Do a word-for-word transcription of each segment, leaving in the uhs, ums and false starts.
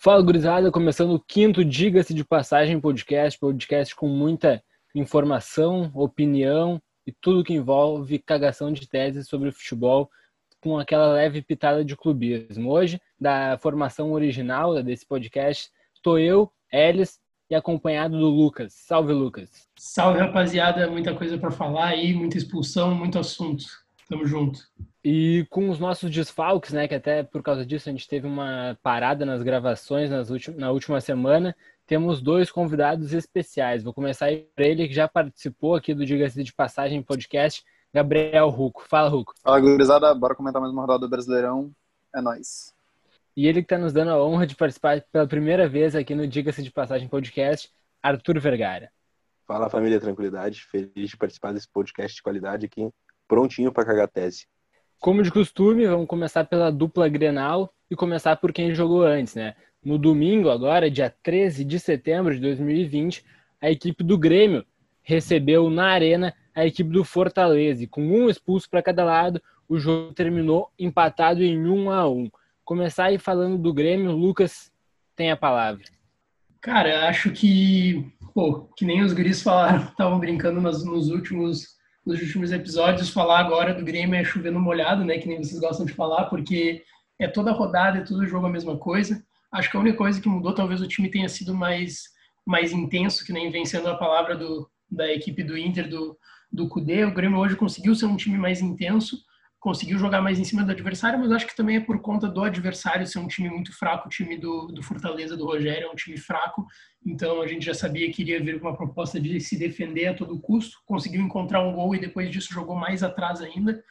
Fala, gurizada, começando o quinto Diga-se de Passagem podcast, podcast com muita informação, opinião e tudo que envolve cagação de teses sobre o futebol, com aquela leve pitada de clubismo. Hoje, da formação original desse podcast, estou eu, Elis, e acompanhado do Lucas. Salve, Lucas. Salve, rapaziada, muita coisa para falar aí, muita expulsão, muito assunto. Tamo junto. E com os nossos desfalques, né, que até por causa disso a gente teve uma parada nas gravações nas ulti- na última semana, temos dois convidados especiais. Vou começar aí por ele, que já participou aqui do Diga-se de Passagem podcast, Gabriel Rucco. Fala, Rucco. Fala, gurizada, bora comentar mais uma rodada do Brasileirão. É nóis. E ele que está nos dando a honra de participar pela primeira vez aqui no Diga-se de Passagem podcast, Arthur Vergara. Fala, família, tranquilidade. Feliz de participar desse podcast de qualidade aqui, prontinho para cagar tese. Como de costume, vamos começar pela dupla Grenal e começar por quem jogou antes, né? No domingo, agora, dia treze de setembro de dois mil e vinte, a equipe do Grêmio recebeu na Arena a equipe do Fortaleza. E com um expulso para cada lado, o jogo terminou empatado em um a um. Começar aí falando do Grêmio, Lucas tem a palavra. Cara, acho que, pô, que nem os guris falaram, estavam brincando nos, nos últimos nos últimos episódios, falar agora do Grêmio é chover no molhado, né, que nem vocês gostam de falar, porque é toda rodada, é todo jogo a mesma coisa. Acho que a única coisa que mudou, talvez o time tenha sido mais, mais intenso, que nem vem sendo a palavra do, da equipe do Inter, do, do Kudê. O Grêmio hoje conseguiu ser um time mais intenso, conseguiu jogar mais em cima do adversário, mas acho que também é por conta do adversário ser um time muito fraco. O time do, do Fortaleza, do Rogério, é um time fraco, então a gente já sabia que iria vir com uma proposta de se defender a todo custo, conseguiu encontrar um gol e depois disso jogou mais atrás ainda,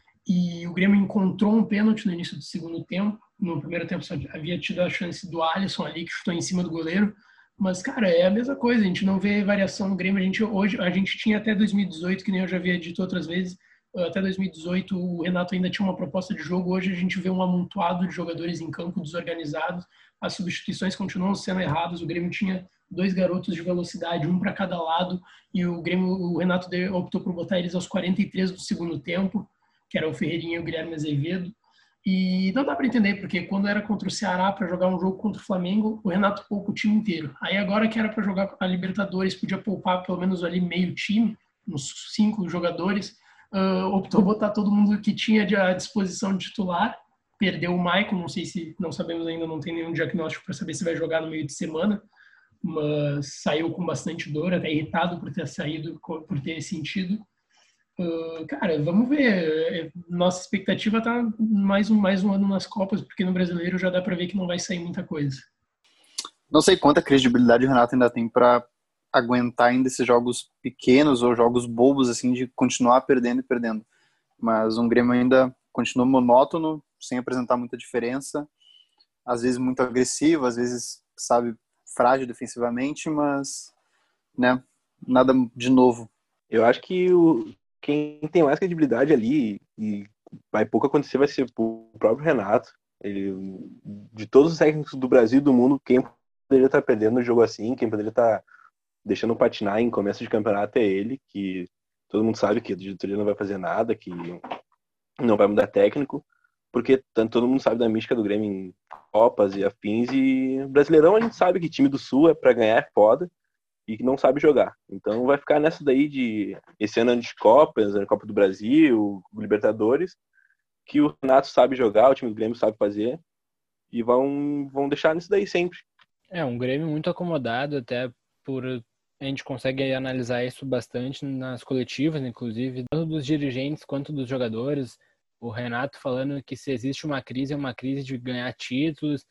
e o Grêmio encontrou um pênalti no início do segundo tempo. No primeiro tempo só havia tido a chance do Alisson ali, que chutou em cima do goleiro, mas, cara, é a mesma coisa, a gente não vê variação no Grêmio. A gente, hoje, a gente tinha até dois mil e dezoito, que nem eu já havia dito outras vezes, até dois mil e dezoito o Renato ainda tinha uma proposta de jogo. Hoje a gente vê um amontoado de jogadores em campo desorganizados, as substituições continuam sendo erradas. O Grêmio tinha dois garotos de velocidade, um para cada lado, e o Grêmio, o Renato optou por botar eles aos quarenta e três do segundo tempo, que era o Ferreirinha e o Guilherme Azevedo. E não dá para entender, porque quando era contra o Ceará para jogar um jogo contra o Flamengo, o Renato poupa o time inteiro. Aí agora que era para jogar a Libertadores, podia poupar pelo menos ali meio time, uns cinco jogadores. Uh, optou botar todo mundo que tinha à disposição de titular, perdeu o Maicon, não sei se, não sabemos ainda, não tem nenhum diagnóstico para saber se vai jogar no meio de semana, mas saiu com bastante dor, até irritado por ter saído, por ter sentido. Uh, cara, vamos ver, nossa expectativa tá mais um, mais um ano nas Copas, porque no Brasileiro já dá para ver que não vai sair muita coisa. Não sei quanta credibilidade o Renato ainda tem para aguentar ainda esses jogos pequenos ou jogos bobos, assim, de continuar perdendo e perdendo. Mas um Grêmio ainda continua monótono, sem apresentar muita diferença, às vezes muito agressivo, às vezes, sabe, frágil defensivamente, mas, né, nada de novo. Eu acho que o, quem tem mais credibilidade ali, e vai pouco acontecer, vai ser o próprio Renato. Ele, de todos os técnicos do Brasil e do mundo, quem poderia estar perdendo o jogo assim, quem poderia estar deixando patinar em começo de campeonato é ele, que todo mundo sabe que a diretoria não vai fazer nada, que não vai mudar técnico, porque todo mundo sabe da mística do Grêmio em Copas e afins, e Brasileirão a gente sabe que time do Sul é pra ganhar, é foda, e que não sabe jogar. Então vai ficar nessa daí de esse ano de Copas, a Copa do Brasil, Libertadores, que o Renato sabe jogar, o time do Grêmio sabe fazer, e vão, vão deixar nisso daí sempre. É, um Grêmio muito acomodado, até por... A gente consegue analisar isso bastante nas coletivas, inclusive, tanto dos dirigentes quanto dos jogadores. O Renato falando que se existe uma crise, é uma crise de ganhar títulos.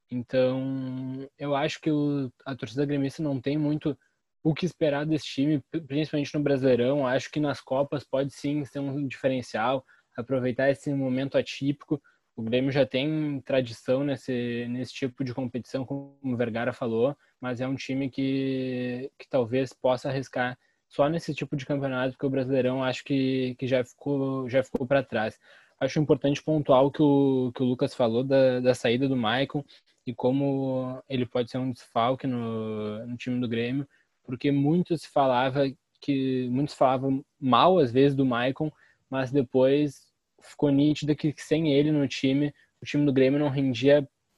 Então, eu acho que o, a torcida gremista não tem muito o que esperar desse time, principalmente no Brasileirão. Acho que nas Copas pode sim ser um diferencial, aproveitar esse momento atípico. O Grêmio já tem tradição nesse, nesse tipo de competição, como o Vergara falou, mas é um time que, que talvez possa arriscar só nesse tipo de campeonato, porque o Brasileirão acho que, que já ficou, já ficou para trás. Acho importante pontuar o que o, que o Lucas falou da, da saída do Maicon e como ele pode ser um desfalque no, no time do Grêmio, porque muito se falava que muitos falavam mal às vezes do Maicon, mas depois ficou nítido que sem ele no time, o time do Grêmio não rendia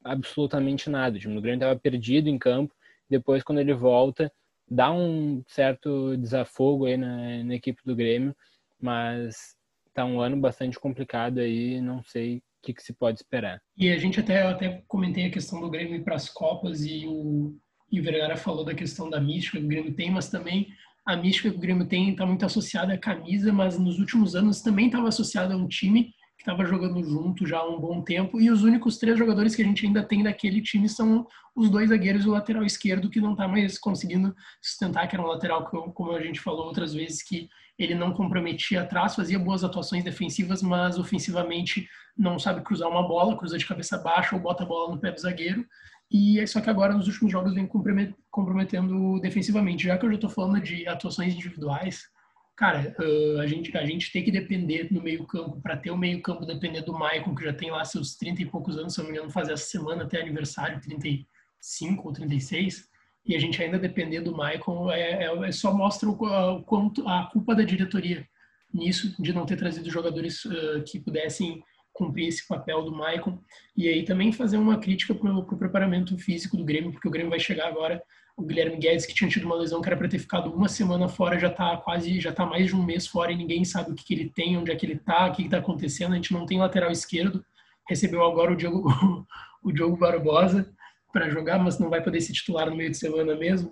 absolutamente nada. O time do Grêmio estava perdido em campo. Depois, quando ele volta, dá um certo desafogo aí na, na equipe do Grêmio, mas tá um ano bastante complicado aí, não sei o que, que se pode esperar. E a gente até, eu até comentei a questão do Grêmio ir para as Copas e o, e o Vergara falou da questão da mística que o Grêmio tem, mas também a mística que o Grêmio tem está muito associada à camisa, mas nos últimos anos também estava associada a um time que estava jogando junto já há um bom tempo, e os únicos três jogadores que a gente ainda tem daquele time são os dois zagueiros e o lateral esquerdo, que não está mais conseguindo sustentar, que era um lateral que, como a gente falou outras vezes, que ele não comprometia atrás, fazia boas atuações defensivas, mas ofensivamente não sabe cruzar uma bola, cruza de cabeça baixa ou bota a bola no pé do zagueiro. E é só que agora nos últimos jogos vem comprometendo defensivamente. Já que eu já estou falando de atuações individuais, cara, a gente, a gente tem que depender no meio campo, para ter o meio campo depender do Maicon, que já tem lá seus trinta e poucos anos, se eu não me engano, fazer essa semana até aniversário, trinta e cinco ou trinta e seis, e a gente ainda depender do Maicon, é, é, é só mostra o, o quanto a culpa da diretoria nisso, de não ter trazido jogadores uh, que pudessem cumprir esse papel do Maicon. E aí também fazer uma crítica para o preparamento físico do Grêmio, porque o Grêmio vai chegar agora, o Guilherme Guedes, que tinha tido uma lesão que era para ter ficado uma semana fora, já está quase, já está mais de um mês fora, e ninguém sabe o que, que ele tem, onde é que ele está, o que está acontecendo. A gente não tem lateral esquerdo, recebeu agora o Diogo, o Diogo Barbosa para jogar, mas não vai poder ser titular no meio de semana mesmo.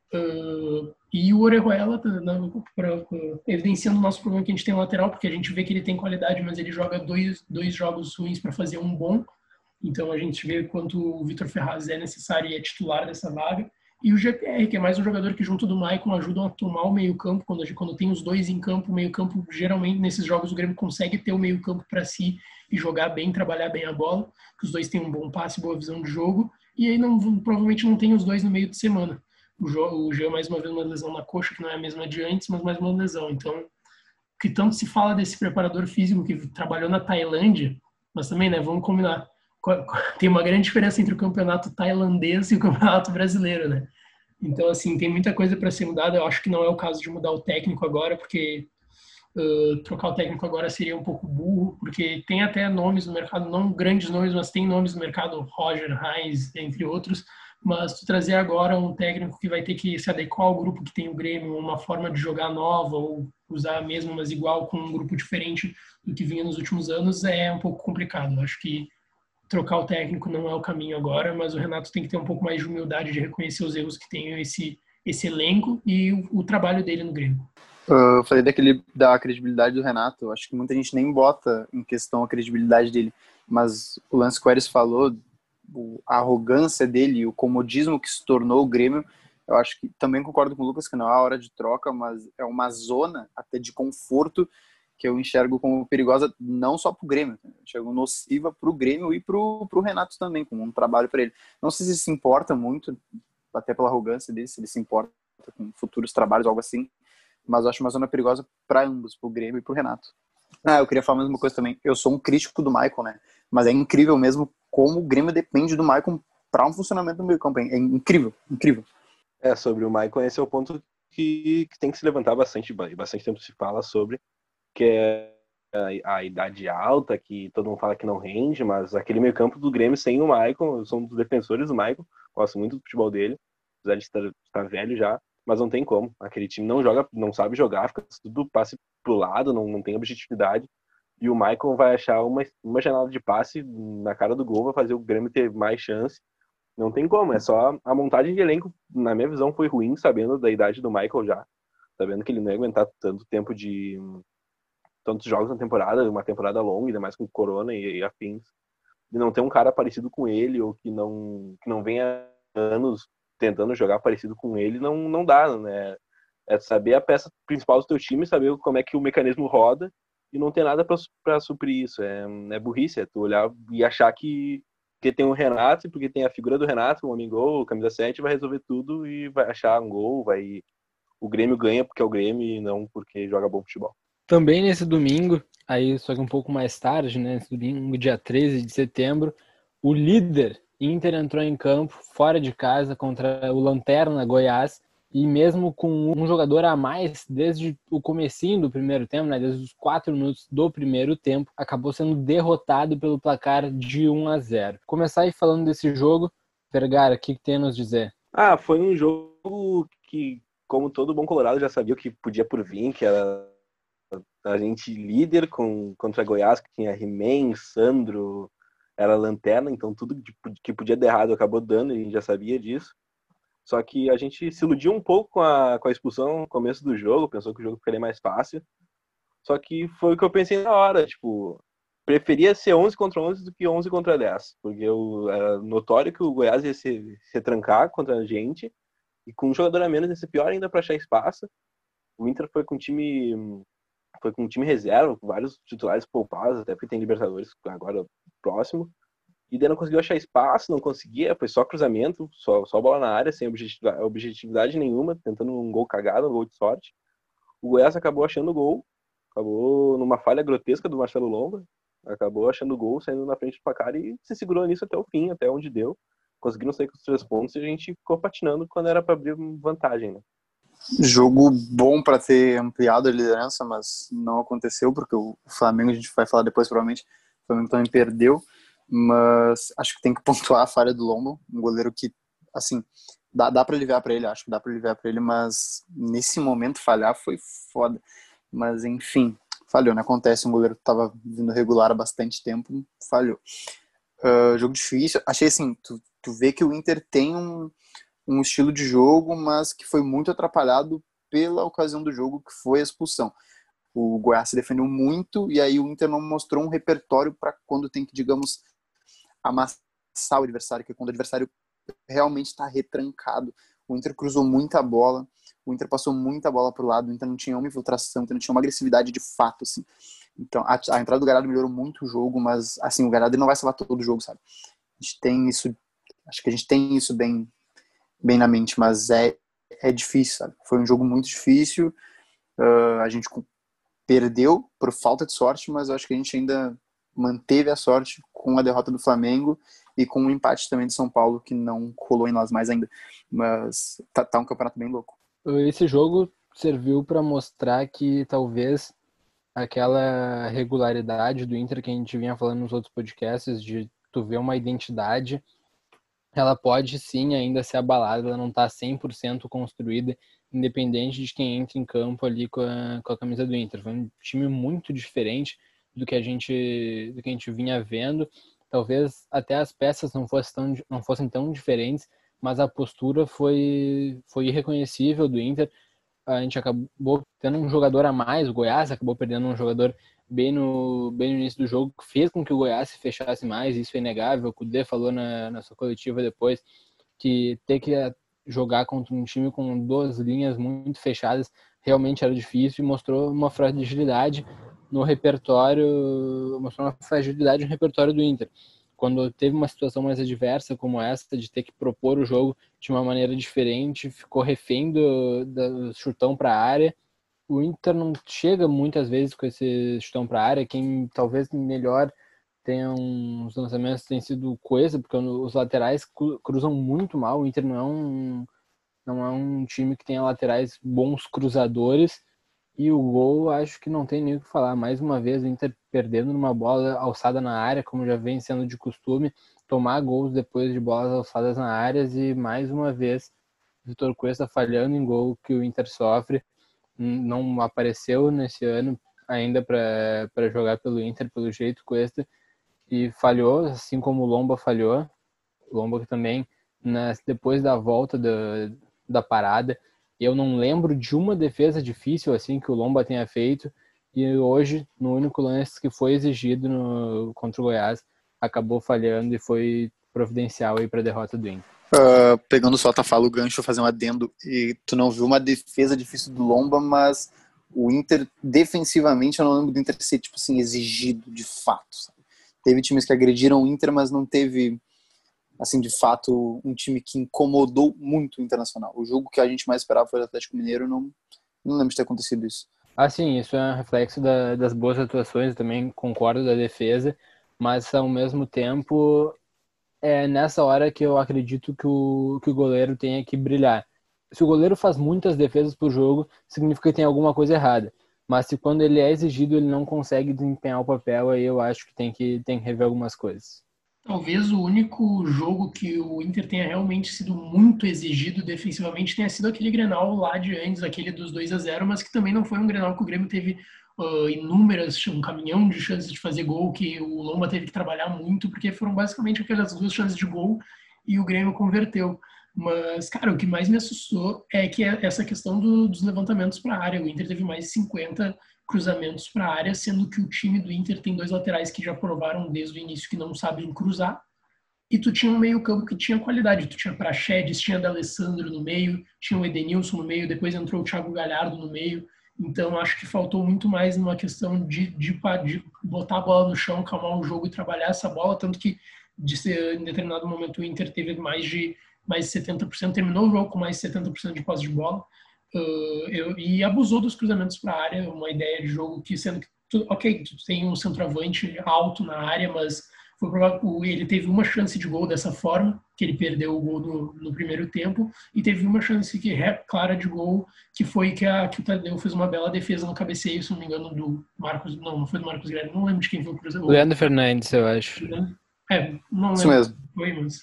Uh, e o Orejuela, evidenciando o nosso problema que a gente tem no lateral, porque a gente vê que ele tem qualidade, mas ele joga dois, dois jogos ruins para fazer um bom. Então a gente vê quanto o Vitor Ferraz é necessário e é titular dessa vaga. E o G P R, que é mais um jogador que junto do Maicon ajudam a tomar o meio campo. Quando, quando tem os dois em campo, o meio campo, geralmente nesses jogos o Grêmio consegue ter o meio campo para si e jogar bem, trabalhar bem a bola, que os dois têm um bom passe, boa visão de jogo, e aí não, provavelmente não tem os dois no meio de semana. O Jean, mais uma vez, uma lesão na coxa, que não é a mesma de antes, mas mais uma lesão. Então, que tanto se fala desse preparador físico que trabalhou na Tailândia, mas também, né, vamos combinar, tem uma grande diferença entre o campeonato tailandês e o campeonato brasileiro, né? Então, assim, tem muita coisa para ser mudada. Eu acho que não é o caso de mudar o técnico agora, porque uh, trocar o técnico agora seria um pouco burro, porque tem até nomes no mercado, não grandes nomes, mas tem nomes no mercado, Roger, Heinz, entre outros. Mas tu trazer agora um técnico que vai ter que se adequar ao grupo que tem o Grêmio, uma forma de jogar nova, ou usar a mesma, mas igual, com um grupo diferente do que vinha nos últimos anos, é um pouco complicado. Eu acho que trocar o técnico não é o caminho agora, mas o Renato tem que ter um pouco mais de humildade de reconhecer os erros que tem esse, esse elenco e o, o trabalho dele no Grêmio. Eu falei daquele, da credibilidade do Renato. Eu acho que muita gente nem bota em questão a credibilidade dele, mas o lance que o Eris falou, a arrogância dele, o comodismo que se tornou o Grêmio, eu acho que também concordo com o Lucas que não é a hora de troca, mas é uma zona até de conforto que eu enxergo como perigosa não só para o Grêmio, eu enxergo nociva para o Grêmio e para o Renato também, como um trabalho para ele. Não sei se se importa muito, até pela arrogância dele, se ele se importa com futuros trabalhos, algo assim, mas eu acho uma zona perigosa para ambos, para o Grêmio e para o Renato. Ah, eu queria falar a mesma coisa também. Eu sou um crítico do Maicon, né? Mas é incrível mesmo como o Grêmio depende do Maicon para um funcionamento do meio campo. É incrível, incrível. É, sobre o Maicon, esse é o ponto que, que tem que se levantar bastante, bastante tempo se fala sobre, que é a, a idade alta, que todo mundo fala que não rende, mas aquele meio campo do Grêmio sem o Maicon, eu sou um dos defensores do Maicon, gosto muito do futebol dele, apesar de estar, estar velho já, mas não tem como. Aquele time não joga, não sabe jogar, fica tudo passe pro lado, não, não tem objetividade. E o Maicon vai achar uma, uma janela de passe na cara do gol, vai fazer o Grêmio ter mais chance. Não tem como, é só a montagem de elenco, na minha visão, foi ruim, sabendo da idade do Michael já. Sabendo que ele não ia aguentar tanto tempo de... tantos jogos na temporada, uma temporada longa, ainda mais com Corona e, e afins. E não ter um cara parecido com ele, ou que não, que não venha anos tentando jogar parecido com ele, não, não dá, né? É saber a peça principal do teu time, saber como é que o mecanismo roda, e não ter nada para suprir isso. É, é burrice, é tu olhar e achar que porque tem o Renato, e porque tem a figura do Renato, o homem gol, o camisa sete, vai resolver tudo e vai achar um gol, vai... o Grêmio ganha porque é o Grêmio e não porque joga bom futebol. Também nesse domingo, aí só que um pouco mais tarde, né, nesse domingo, dia treze de setembro, o líder Inter entrou em campo, fora de casa, contra o Lanterna Goiás, E mesmo com um jogador a mais, desde o comecinho do primeiro tempo, né, desde os quatro minutos do primeiro tempo, acabou sendo derrotado pelo placar de um a zero. Começar aí falando desse jogo, Vergara, o que, que tem a nos dizer? Ah, foi um jogo que, como todo bom colorado já sabia o que podia por vir, que era a gente líder com, contra Goiás, que tinha He-Man, Sandro, era lanterna, então tudo que podia dar errado acabou dando, e a gente já sabia disso. Só que a gente se iludiu um pouco com a, com a expulsão no começo do jogo, pensou que o jogo ficaria mais fácil. Só que foi o que eu pensei na hora, tipo, preferia ser onze contra onze do que onze contra dez, porque eu, era notório que o Goiás ia se, se trancar contra a gente, e com um jogador a menos ia ser pior ainda para achar espaço. O Inter foi com time foi com um time reserva, com vários titulares poupados, até porque tem Libertadores agora próximo. E daí não conseguiu achar espaço, não conseguia, foi só cruzamento, só, só bola na área, sem objetividade, objetividade nenhuma, tentando um gol cagado, um gol de sorte. O Goiás acabou achando o gol, acabou numa falha grotesca do Marcelo Lomba, acabou achando o gol, saindo na frente do placar e se segurou nisso até o fim, até onde deu. Conseguiram sair com os três pontos e a gente ficou patinando quando era para abrir vantagem, né? Jogo bom para ter ampliado a liderança, mas não aconteceu, porque o Flamengo, a gente vai falar depois provavelmente, o Flamengo também perdeu, mas acho que tem que pontuar a falha do Lombo, um goleiro que, assim, dá, dá para aliviar para ele, acho que dá para aliviar para ele, mas nesse momento falhar foi foda. Mas enfim, falhou, né? Acontece, um goleiro que tava vindo regular há bastante tempo, falhou. Uh, jogo difícil, achei assim, tu, tu vê que o Inter tem um um estilo de jogo, mas que foi muito atrapalhado pela ocasião do jogo, que foi a expulsão. O Goiás se defendeu muito e aí o Inter não mostrou um repertório para quando tem que, digamos, amassar o adversário, que é quando o adversário realmente está retrancado. O Inter cruzou muita bola, o Inter passou muita bola para o lado, o Inter não tinha uma infiltração, o Inter não tinha uma agressividade de fato, assim. Então, a, a entrada do Galhardo melhorou muito o jogo, mas, assim, o Galhardo não vai salvar todo o jogo, sabe? A gente tem isso, acho que a gente tem isso bem bem na mente, mas é, é difícil, sabe? Foi um jogo muito difícil, uh, a gente perdeu por falta de sorte, mas eu acho que a gente ainda manteve a sorte com a derrota do Flamengo e com o empate também de São Paulo, que não rolou em nós mais ainda, mas tá, tá um campeonato bem louco. Esse jogo serviu para mostrar que talvez aquela regularidade do Inter que a gente vinha falando nos outros podcasts, de tu ver uma identidade, ela pode sim ainda ser abalada, ela não está cem por cento construída, independente de quem entra em campo ali com a, com a camisa do Inter. Foi um time muito diferente do que a gente, do que a gente vinha vendo. Talvez até as peças não fossem tão, não fossem tão diferentes, mas a postura foi, foi irreconhecível do Inter. A gente acabou tendo um jogador a mais, o Goiás acabou perdendo um jogador bem no, bem no início do jogo, que fez com que o Goiás se fechasse mais, isso é inegável. O Kudê falou na, na sua coletiva depois que ter que jogar contra um time com duas linhas muito fechadas realmente era difícil e mostrou uma fragilidade no repertório, mostrou uma fragilidade no repertório do Inter. Quando teve uma situação mais adversa como essa, de ter que propor o jogo de uma maneira diferente, ficou refém do, do chutão para a área. O Inter não chega muitas vezes com esse chutão para a área. Quem talvez melhor tenha uns lançamentos tem sido o Cuesta, porque os laterais cruzam muito mal. O Inter não é um, não é um time que tenha laterais bons cruzadores. E o gol, acho que não tem nem o que falar. Mais uma vez, o Inter perdendo numa bola alçada na área, como já vem sendo de costume, tomar gols depois de bolas alçadas na área. E mais uma vez, Vitor Cuesta falhando em gol que o Inter sofre. Não apareceu nesse ano ainda para jogar pelo Inter, pelo jeito, Cuesta, e falhou, assim como o Lomba falhou. O Lomba que também, né, depois da volta da, da parada, eu não lembro de uma defesa difícil assim que o Lomba tenha feito, e hoje, no único lance que foi exigido no, contra o Goiás, acabou falhando e foi providencial aí para a derrota do Inter. Uh, pegando só, tá, fala o gancho, fazer um adendo, e tu não viu uma defesa difícil do Lomba, mas o Inter, defensivamente, eu não lembro do Inter ser, tipo assim, exigido de fato, sabe? Teve times que agrediram o Inter, mas não teve, assim, de fato, um time que incomodou muito o Internacional. O jogo que a gente mais esperava foi o Atlético Mineiro, não, não lembro de ter acontecido isso. Ah, sim, isso é um reflexo da, das boas atuações, eu também concordo da defesa, mas ao mesmo tempo é nessa hora que eu acredito que o, que o goleiro tenha que brilhar. se o goleiro faz muitas defesas por jogo, significa que tem alguma coisa errada. Mas se quando ele é exigido, ele não consegue desempenhar o papel, aí eu acho que tem que, tem que rever algumas coisas. Talvez o único jogo que o Inter tenha realmente sido muito exigido defensivamente tenha sido aquele Grenal lá de antes, aquele dos dois a zero, mas que também não foi um Grenal que o Grêmio teve uh, inúmeras, um caminhão de chances de fazer gol, que o Lomba teve que trabalhar muito, porque foram basicamente aquelas duas chances de gol e o Grêmio converteu. Mas, cara, o que mais me assustou é que é essa questão do, dos levantamentos para a área. O Inter teve mais de cinquenta cruzamentos para a área, sendo que o time do Inter tem dois laterais que já provaram desde o início que não sabem cruzar. E tu tinha um meio-campo que tinha qualidade. Tu tinha Praxedes, tinha D'Alessandro no meio, tinha o Edenilson no meio, depois entrou o Thiago Galhardo no meio. Então, acho que faltou muito mais numa questão de, de, de botar a bola no chão, calmar o jogo e trabalhar essa bola. Tanto que, de ser, em determinado momento, o Inter teve mais de, mais de setenta por cento, terminou o jogo com mais de setenta por cento de posse de bola. Uh, eu, e abusou dos cruzamentos para a área, uma ideia de jogo que, sendo que, tu, ok, tu tem um centroavante alto na área, mas foi provável, ele teve uma chance de gol dessa forma, que ele perdeu o gol no, no primeiro tempo, e teve uma chance que é clara de gol, que foi que, a, que o Tadeu fez uma bela defesa no cabeceio, se não me engano, do Marcos, não, não foi do Marcos Guilherme, não lembro de quem foi o cruzamento. Leandro Fernandes, eu acho. É, não lembro. Isso mesmo. Foi, mas...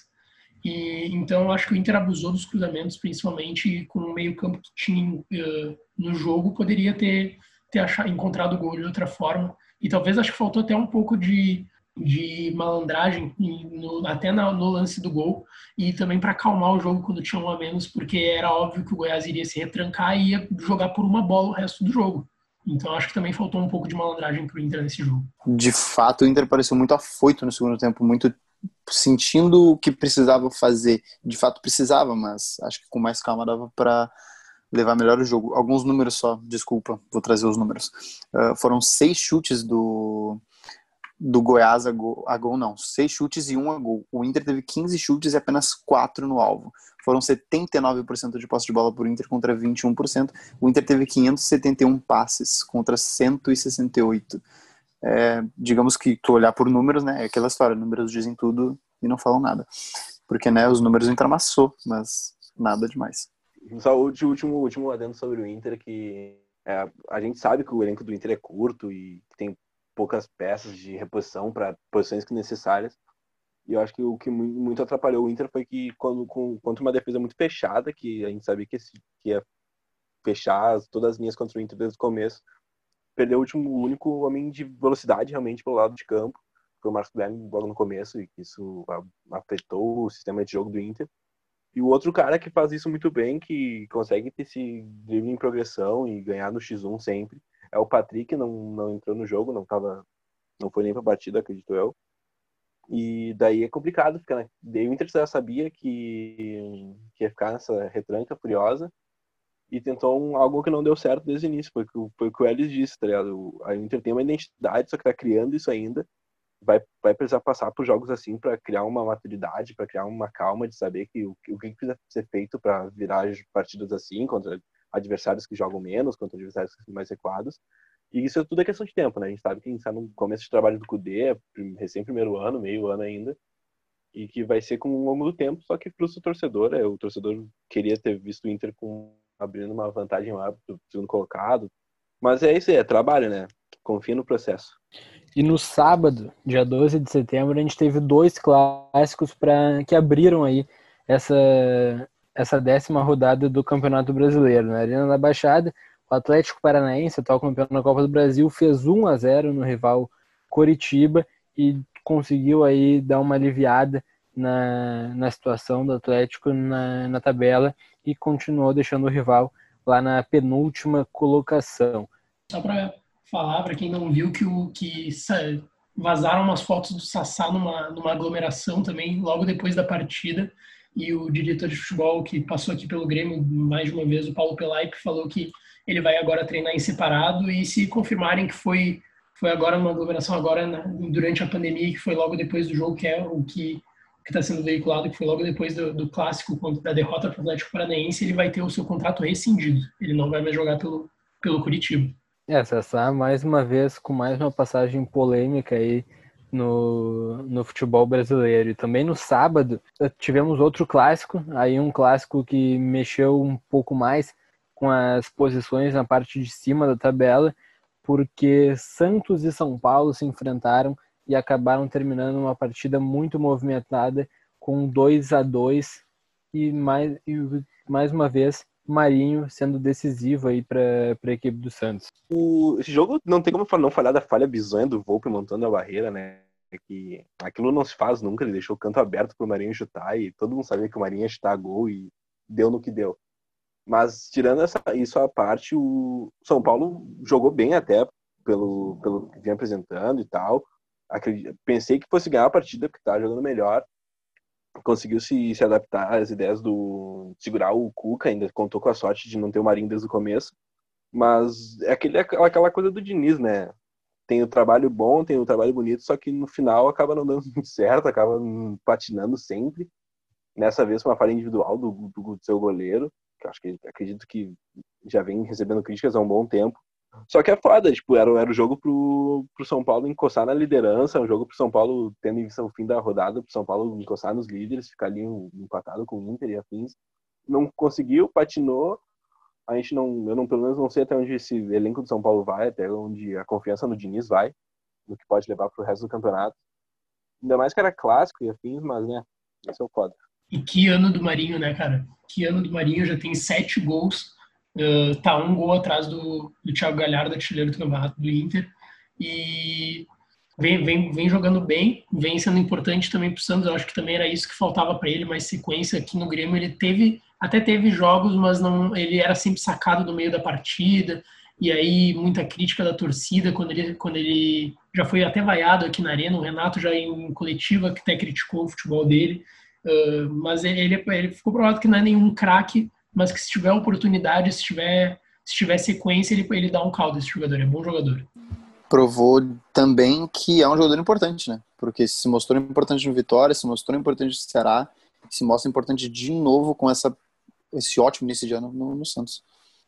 E, então, acho que o Inter abusou dos cruzamentos, principalmente com o meio-campo que tinha uh, no jogo, poderia ter, ter achado, encontrado o gol de outra forma. E talvez acho que faltou até um pouco de, de malandragem, no, até na, no lance do gol, e também para acalmar o jogo quando tinha um a menos, porque era óbvio que o Goiás iria se retrancar e ia jogar por uma bola o resto do jogo. Então, acho que também faltou um pouco de malandragem para o Inter nesse jogo. De fato, o Inter pareceu muito afoito no segundo tempo, muito sentindo o que precisava fazer. De fato precisava, mas acho que com mais calma dava para levar melhor o jogo. Alguns números só, desculpa, vou trazer os números. Uh, foram seis chutes do, do Goiás a gol, a gol, não, seis chutes e um a gol. O Inter teve quinze chutes e apenas quatro no alvo. Foram setenta e nove por cento de posse de bola por Inter contra vinte e um por cento. O Inter teve quinhentos e setenta e um passes contra cento e sessenta e oito. É, digamos que tu olhar por números, né, é aquela história, números dizem tudo e não falam nada, porque, né, os números o Inter amassou, mas nada demais. Só o último, último adendo sobre o Inter, que é, a gente sabe que o elenco do Inter é curto e tem poucas peças de reposição para posições necessárias, e eu acho que o que muito atrapalhou o Inter foi que quando, com, contra uma defesa muito fechada, que a gente sabia que, que ia fechar todas as linhas contra o Inter desde o começo, perdeu o último, o único homem de velocidade realmente pelo lado de campo, foi o Marcos Guilherme logo no começo, e isso afetou o sistema de jogo do Inter. E o outro cara que faz isso muito bem, que consegue ter esse drible em progressão e ganhar no xis um sempre, é o Patrick, não, não entrou no jogo, não, tava, não foi nem pra partida, acredito eu. E daí é complicado, porque né? Daí o Inter já sabia que, que ia ficar nessa retranca furiosa, e tentou um, algo que não deu certo desde o início, foi, foi o que o Ellis disse, tá ligado? A Inter tem uma identidade, só que tá criando isso ainda, vai, vai precisar passar por jogos assim para criar uma maturidade, para criar uma calma de saber que o, o que precisa ser feito para virar partidas assim, contra adversários que jogam menos, contra adversários mais recuados, e isso tudo é questão de tempo, né? A gente sabe que a gente está no começo de trabalho do Cudê, recém primeiro ano, meio ano ainda, e que vai ser com o longo do tempo, só que frustra o torcedor, é, o torcedor queria ter visto o Inter com abrindo uma vantagem lá pro segundo colocado. Mas é isso aí, é trabalho, né? Confia no processo. E no sábado, dia doze de setembro, a gente teve dois clássicos pra, que abriram aí essa, essa décima rodada do Campeonato Brasileiro. Na Arena da Baixada, o Atlético Paranaense, atual campeão da Copa do Brasil, fez um a zero no rival Coritiba e conseguiu aí dar uma aliviada na, na situação do Atlético na, na tabela e continuou deixando o rival lá na penúltima colocação. Só para falar, para quem não viu, que, o, que vazaram umas fotos do Sassá numa, numa aglomeração também, logo depois da partida, e o diretor de futebol que passou aqui pelo Grêmio mais de uma vez, o Paulo Pelaipe, falou que ele vai agora treinar em separado, e se confirmarem que foi, foi agora uma aglomeração, agora na, durante a pandemia, que foi logo depois do jogo, que é o que está sendo veiculado, que foi logo depois do, do clássico, da derrota para o Atlético Paranaense, ele vai ter o seu contrato rescindido, ele não vai mais jogar pelo, pelo Curitiba. É, Sassá, mais uma vez, com mais uma passagem polêmica aí no, no futebol brasileiro. E também no sábado tivemos outro clássico, aí um clássico que mexeu um pouco mais com as posições na parte de cima da tabela, porque Santos e São Paulo se enfrentaram e acabaram terminando uma partida muito movimentada com dois a dois e mais, e mais uma vez Marinho sendo decisivo aí para a equipe do Santos. O, esse jogo não tem como não falhar da falha bizonha do Volpe montando a barreira, né? Que aquilo não se faz nunca, ele deixou o canto aberto pro Marinho chutar e todo mundo sabia que o Marinho ia chutar gol e deu no que deu. Mas tirando essa, isso à parte, o São Paulo jogou bem até pelo, pelo que vinha apresentando e tal. Acredito, pensei que fosse ganhar a partida porque estava jogando melhor. Conseguiu se, se adaptar às ideias do segurar o Cuca, ainda contou com a sorte de não ter o Marinho desde o começo. Mas é aquele, aquela coisa do Diniz, né? Tem o trabalho bom, tem o trabalho bonito, só que no final acaba não dando muito certo, acaba patinando sempre. Nessa vez, uma falha individual do, do, do seu goleiro, que eu acho que acredito que já vem recebendo críticas há um bom tempo. Só que é foda, tipo, era, era o jogo pro, pro São Paulo encostar na liderança, um jogo pro São Paulo, tendo em vista o fim da rodada, pro São Paulo encostar nos líderes, ficar ali empatado com o Inter e afins. Não conseguiu, patinou. A gente não, eu não, pelo menos não sei até onde esse elenco do São Paulo vai, até onde a confiança no Diniz vai, no que pode levar pro resto do campeonato. Ainda mais que era clássico e afins, mas, né, esse é o foda. E que ano do Marinho, né, cara? Que ano do Marinho, já tem sete gols, uh, tá um gol atrás do, do Thiago Galhardo, artilheiro do campeonato do Inter, e vem, vem, vem jogando bem, vem sendo importante também pro Santos. Eu acho que também era isso que faltava para ele, mais sequência. Aqui no Grêmio ele teve, até teve jogos, mas não, ele era sempre sacado no meio da partida, e aí muita crítica da torcida quando ele, quando ele já foi até vaiado aqui na Arena. O Renato já em coletiva que até criticou o futebol dele. Uh, mas ele, ele, ele ficou provado que não é nenhum craque, mas que se tiver oportunidade, se tiver, se tiver sequência, ele, ele dá um caldo esse jogador, é bom jogador. Provou também que é um jogador importante, né? Porque se mostrou importante no Vitória, se mostrou importante no Ceará, se mostra importante de novo com essa, esse ótimo início de ano no, no Santos.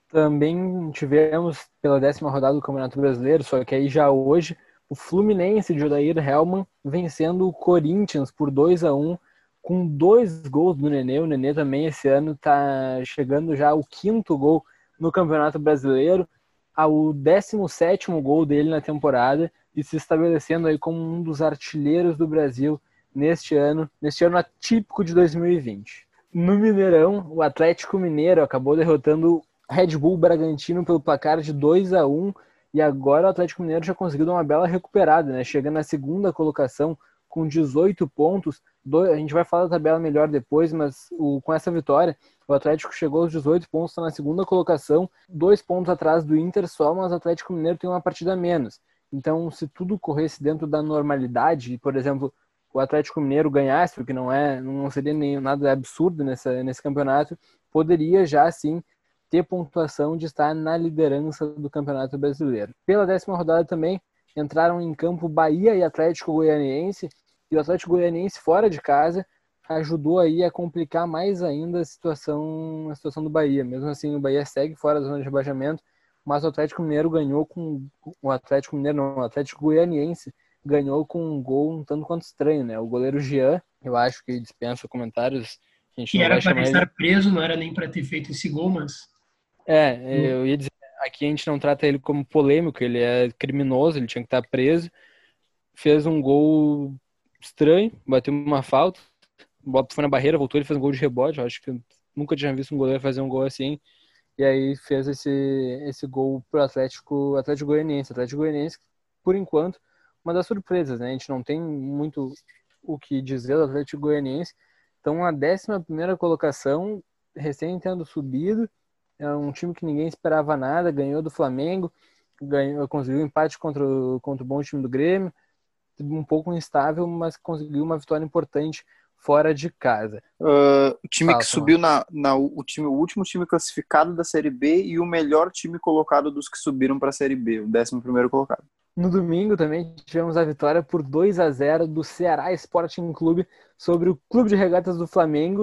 Também tivemos pela décima rodada do Campeonato Brasileiro, só que aí já hoje o Fluminense de Odair Hellmann vencendo o Corinthians por dois a um, com dois gols do Nenê. O Nenê também esse ano está chegando já ao quinto gol no Campeonato Brasileiro, ao décimo sétimo gol dele na temporada e se estabelecendo aí como um dos artilheiros do Brasil neste ano, neste ano atípico de dois mil e vinte. No Mineirão, o Atlético Mineiro acabou derrotando o Red Bull Bragantino pelo placar de dois a um e agora o Atlético Mineiro já conseguiu dar uma bela recuperada, né? Chegando na segunda colocação com dezoito pontos. A gente vai falar da tabela melhor depois, mas o, com essa vitória, o Atlético chegou aos dezoito pontos, está na segunda colocação, dois pontos atrás do Inter só, mas o Atlético Mineiro tem uma partida a menos. Então, se tudo corresse dentro da normalidade, por exemplo, o Atlético Mineiro ganhasse, o que não, é, não seria nem nada absurdo nessa, nesse campeonato, poderia já, sim, ter pontuação de estar na liderança do Campeonato Brasileiro. Pela décima rodada também, entraram em campo Bahia e Atlético Goianiense, e o Atlético Goianiense fora de casa ajudou aí a complicar mais ainda a situação, a situação do Bahia. Mesmo assim, o Bahia segue fora da zona de rebaixamento, mas o Atlético Mineiro ganhou com... O Atlético Mineiro não, o Atlético Goianiense ganhou com um gol um tanto quanto estranho, né? O goleiro Jean, eu acho que dispensa comentários. A gente que não era vai para chamar estar ele... preso, não era nem para ter feito esse gol, mas... É, eu ia dizer, aqui a gente não trata ele como polêmico, ele é criminoso, ele tinha que estar preso. Fez um gol estranho, bateu uma falta, o Bob foi na barreira, voltou, ele fez um gol de rebote. Eu acho que eu nunca tinha visto um goleiro fazer um gol assim. E aí fez esse, esse gol pro Atlético, Atlético Goianiense. Atlético Goianiense, por enquanto, uma das surpresas, né? A gente não tem muito o que dizer do Atlético Goianiense. Então, a décima primeira colocação, recém tendo subido, é um time que ninguém esperava nada, ganhou do Flamengo, ganhou, conseguiu um empate contra o, contra o bom time do Grêmio, um pouco instável, mas conseguiu uma vitória importante fora de casa. Uh, o time Fala, que subiu na, na o, time, o último time classificado da Série B e o melhor time colocado dos que subiram para a Série B, o décimo primeiro colocado. No domingo também tivemos a vitória por dois a zero do Ceará Sporting Clube sobre o Clube de Regatas do Flamengo.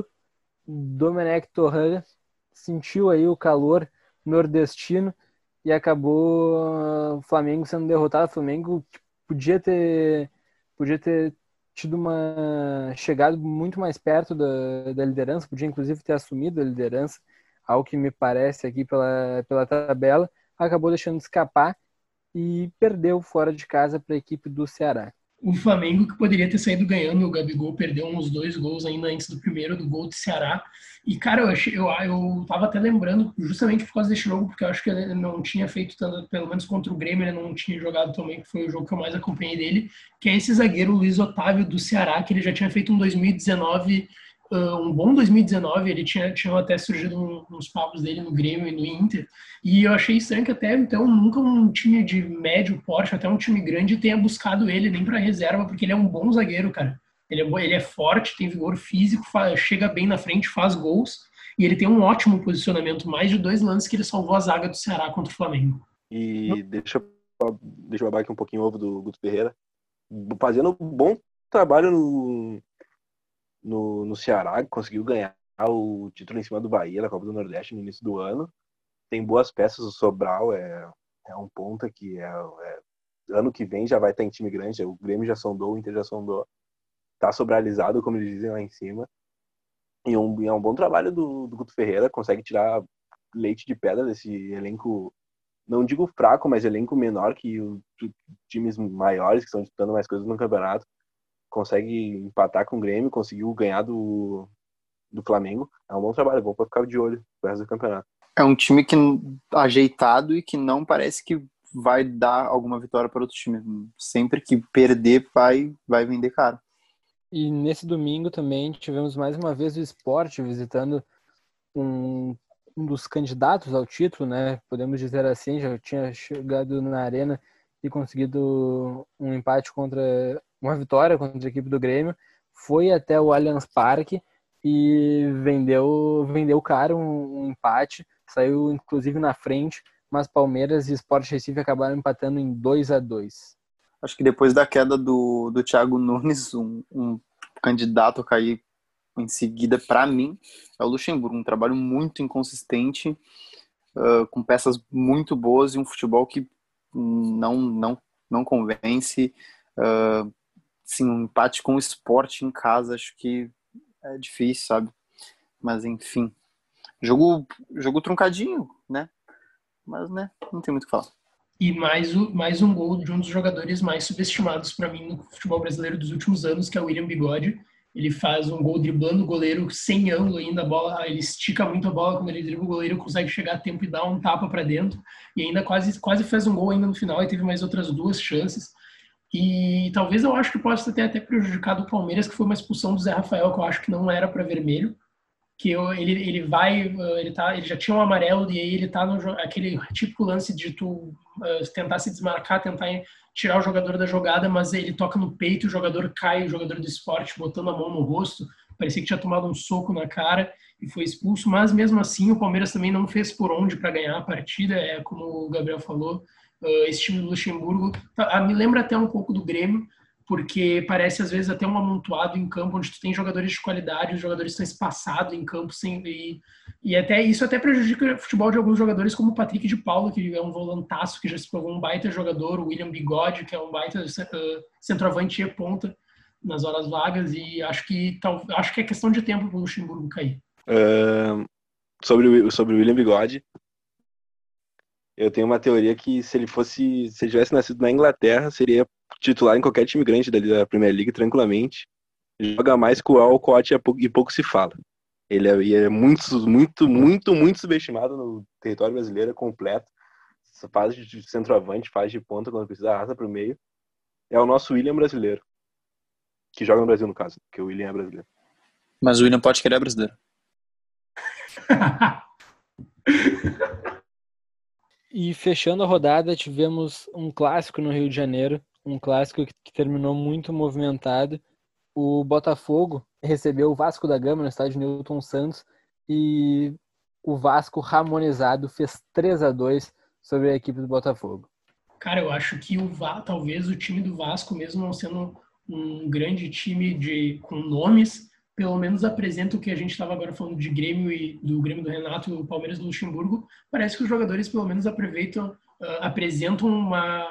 Domenech Torrent sentiu aí o calor nordestino e acabou o Flamengo sendo derrotado. O Flamengo podia ter podia ter tido uma chegado muito mais perto da, da liderança, podia inclusive ter assumido a liderança, ao que me parece aqui pela, pela tabela, acabou deixando de escapar e perdeu fora de casa para a equipe do Ceará. O Flamengo, que poderia ter saído ganhando, o Gabigol perdeu uns dois gols ainda antes do primeiro, do gol do Ceará. E, cara, eu, achei, eu, eu tava até lembrando, justamente por causa desse jogo, porque eu acho que ele não tinha feito tanto, pelo menos contra o Grêmio, ele não tinha jogado também, que foi o jogo que eu mais acompanhei dele, que é esse zagueiro Luiz Otávio do Ceará, que ele já tinha feito um dois mil e dezenove, uh, um bom dois mil e dezenove, ele tinha, tinha até surgido um, uns papos dele no Grêmio e no Inter, e eu achei estranho que até então nunca um time de médio porte, até um time grande, tenha buscado ele nem para reserva, porque ele é um bom zagueiro, cara. Ele é, ele é forte, tem vigor físico, faz, chega bem na frente, faz gols, e ele tem um ótimo posicionamento, mais de dois lances que ele salvou a zaga do Ceará contra o Flamengo. E deixa, deixa eu babar aqui um pouquinho o ovo do Guto Ferreira, fazendo um bom trabalho no, no, no Ceará, conseguiu ganhar o título em cima do Bahia, da Copa do Nordeste, no início do ano. Tem boas peças, o Sobral é, é um ponta que é, é, ano que vem já vai estar em time grande, o Grêmio já sondou, o Inter já sondou, tá sobralizado, como eles dizem lá em cima, e um, é um bom trabalho do, do Guto Ferreira, consegue tirar leite de pedra desse elenco, não digo fraco, mas elenco menor que os times maiores, que estão disputando mais coisas no campeonato, consegue empatar com o Grêmio, conseguiu ganhar do, do Flamengo, é um bom trabalho, é bom para ficar de olho pro resto do campeonato. É um time que ajeitado e que não parece que vai dar alguma vitória para outro time. Sempre que perder, vai, vai vender caro. E nesse domingo também tivemos mais uma vez o Sport visitando um, um dos candidatos ao título, né? Podemos dizer assim, já tinha chegado na arena e conseguido um empate contra uma vitória contra a equipe do Grêmio. Foi até o Allianz Parque e vendeu, vendeu caro um, um empate. Saiu, inclusive, na frente, mas Palmeiras e Sport Recife acabaram empatando em dois a dois. Acho que depois da queda do, do Thiago Nunes, um, um candidato a cair em seguida, para mim, é o Luxemburgo. Um trabalho muito inconsistente, uh, com peças muito boas e um futebol que não, não, não convence. Uh, sim, um empate com o Sport em casa, acho que é difícil, sabe? Mas, enfim... Jogo, jogo truncadinho, né? Mas, né, não tem muito o que falar. E mais, o, mais um gol de um dos jogadores mais subestimados para mim no futebol brasileiro dos últimos anos, que é o William Bigode. Ele faz um gol driblando o goleiro sem ângulo ainda, a bola, ele estica muito a bola quando ele dribla o goleiro, consegue chegar a tempo e dar um tapa para dentro. E ainda quase, quase fez um gol ainda no final e teve mais outras duas chances. E talvez eu acho que possa ter até prejudicado o Palmeiras, que foi uma expulsão do Zé Rafael, que eu acho que não era para vermelho. Que eu, ele, ele vai, ele, tá, ele já tinha um amarelo e aí ele tá no aquele típico lance de tu uh, tentar se desmarcar, tentar tirar o jogador da jogada, mas ele toca no peito e o jogador cai, o jogador do Sport botando a mão no rosto, parecia que tinha tomado um soco na cara e foi expulso, mas mesmo assim o Palmeiras também não fez por onde para ganhar a partida, é como o Gabriel falou, uh, esse time do Luxemburgo tá, me lembra até um pouco do Grêmio, porque parece às vezes até um amontoado em campo onde tu tem jogadores de qualidade, os jogadores estão espaçados em campo sem, e, e até isso até prejudica o futebol de alguns jogadores como o Patrick de Paula, que é um volantaço, que já se provou um baita jogador, o William Bigode, que é um baita uh, centroavante e ponta nas horas vagas, e acho que, tal, acho que é questão de tempo para o Luxemburgo cair. Uh, sobre, o, sobre o William Bigode, eu tenho uma teoria que se ele fosse, se ele tivesse nascido na Inglaterra, seria titular em qualquer time grande da Premier League tranquilamente. Joga mais que o Alcott e pouco se fala. Ele é, é muito, muito, muito, muito subestimado no território brasileiro, é completo. Faz de centroavante, faz de ponta quando precisa, arrasta pro meio. É o nosso William brasileiro. Que joga no Brasil, no caso, porque o William é brasileiro. Mas o William pode querer brasileiro. E fechando a rodada, tivemos um clássico no Rio de Janeiro, um clássico que terminou muito movimentado. O Botafogo recebeu o Vasco da Gama no estádio Newton Santos e o Vasco, ramonizado, fez três a dois sobre a equipe do Botafogo. Cara, eu acho que o talvez o time do Vasco, mesmo não sendo um grande time de, com nomes, pelo menos apresenta o que a gente estava agora falando de Grêmio e do Grêmio do Renato e o Palmeiras do Luxemburgo. Parece que os jogadores pelo menos aproveitam, uh, apresentam uma,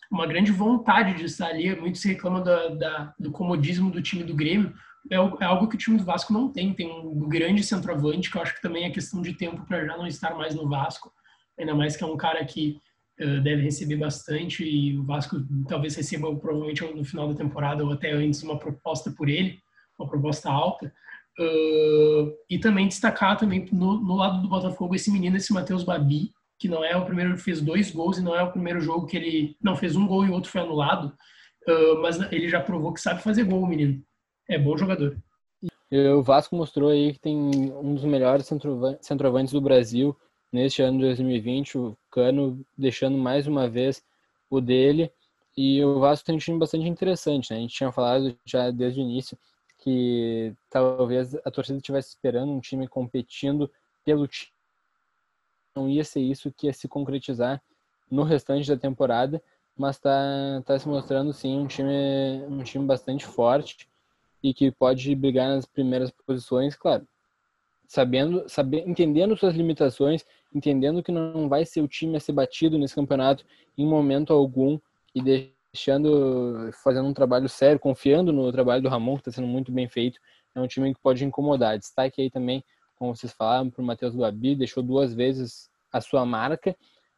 uma grande vontade de estar ali. Muito se reclama da, da, do comodismo do time do Grêmio. É, é algo que o time do Vasco não tem. Tem um grande centroavante, que eu acho que também é questão de tempo para já não estar mais no Vasco. Ainda mais que é um cara que uh, deve receber bastante, e o Vasco talvez receba provavelmente no final da temporada ou até antes uma proposta por ele, uma proposta alta. Uh, e também destacar também no, no lado do Botafogo esse menino, esse Matheus Babi, que não é o primeiro, fez dois gols e não é o primeiro jogo que ele não fez um gol e o outro foi anulado, uh, mas ele já provou que sabe fazer gol, o menino. É bom jogador. E o Vasco mostrou aí que tem um dos melhores centroavantes do Brasil neste ano de dois mil e vinte, o Cano deixando mais uma vez o dele, e o Vasco tem um time bastante interessante, né? A gente tinha falado já desde o início que talvez a torcida estivesse esperando um time competindo pelo time. Não ia ser isso que ia se concretizar no restante da temporada, mas está tá se mostrando sim um time, um time bastante forte e que pode brigar nas primeiras posições, claro, sabendo, sabe, entendendo suas limitações, entendendo que não vai ser o time a ser batido nesse campeonato em momento algum e deixando, fazendo um trabalho sério, confiando no trabalho do Ramon, que está sendo muito bem feito. É um time que pode incomodar. Destaque aí também, como vocês falaram, para o Matheus Babi, deixou duas vezes a sua marca,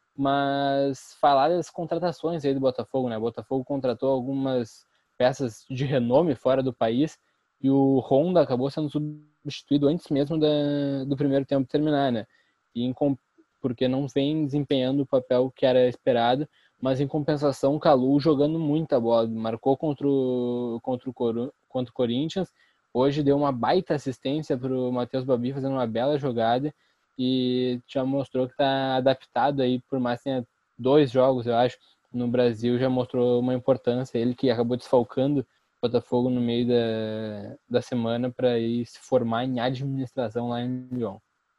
mas falar das contratações aí do Botafogo, né? O Botafogo contratou algumas peças de renome fora do país e o Honda acabou sendo substituído antes mesmo da, do primeiro tempo terminar, né? E em, porque não vem desempenhando o papel que era esperado, mas em compensação o Calu jogando muita bola, marcou contra o, contra o, Cor, contra o Corinthians, hoje deu uma baita assistência para o Matheus Babi fazendo uma bela jogada e já mostrou que está adaptado aí, por mais que tenha dois jogos, eu acho, no Brasil, já mostrou uma importância, ele que acabou desfalcando o Botafogo no meio da, da semana para ir se formar em administração lá em Lyon.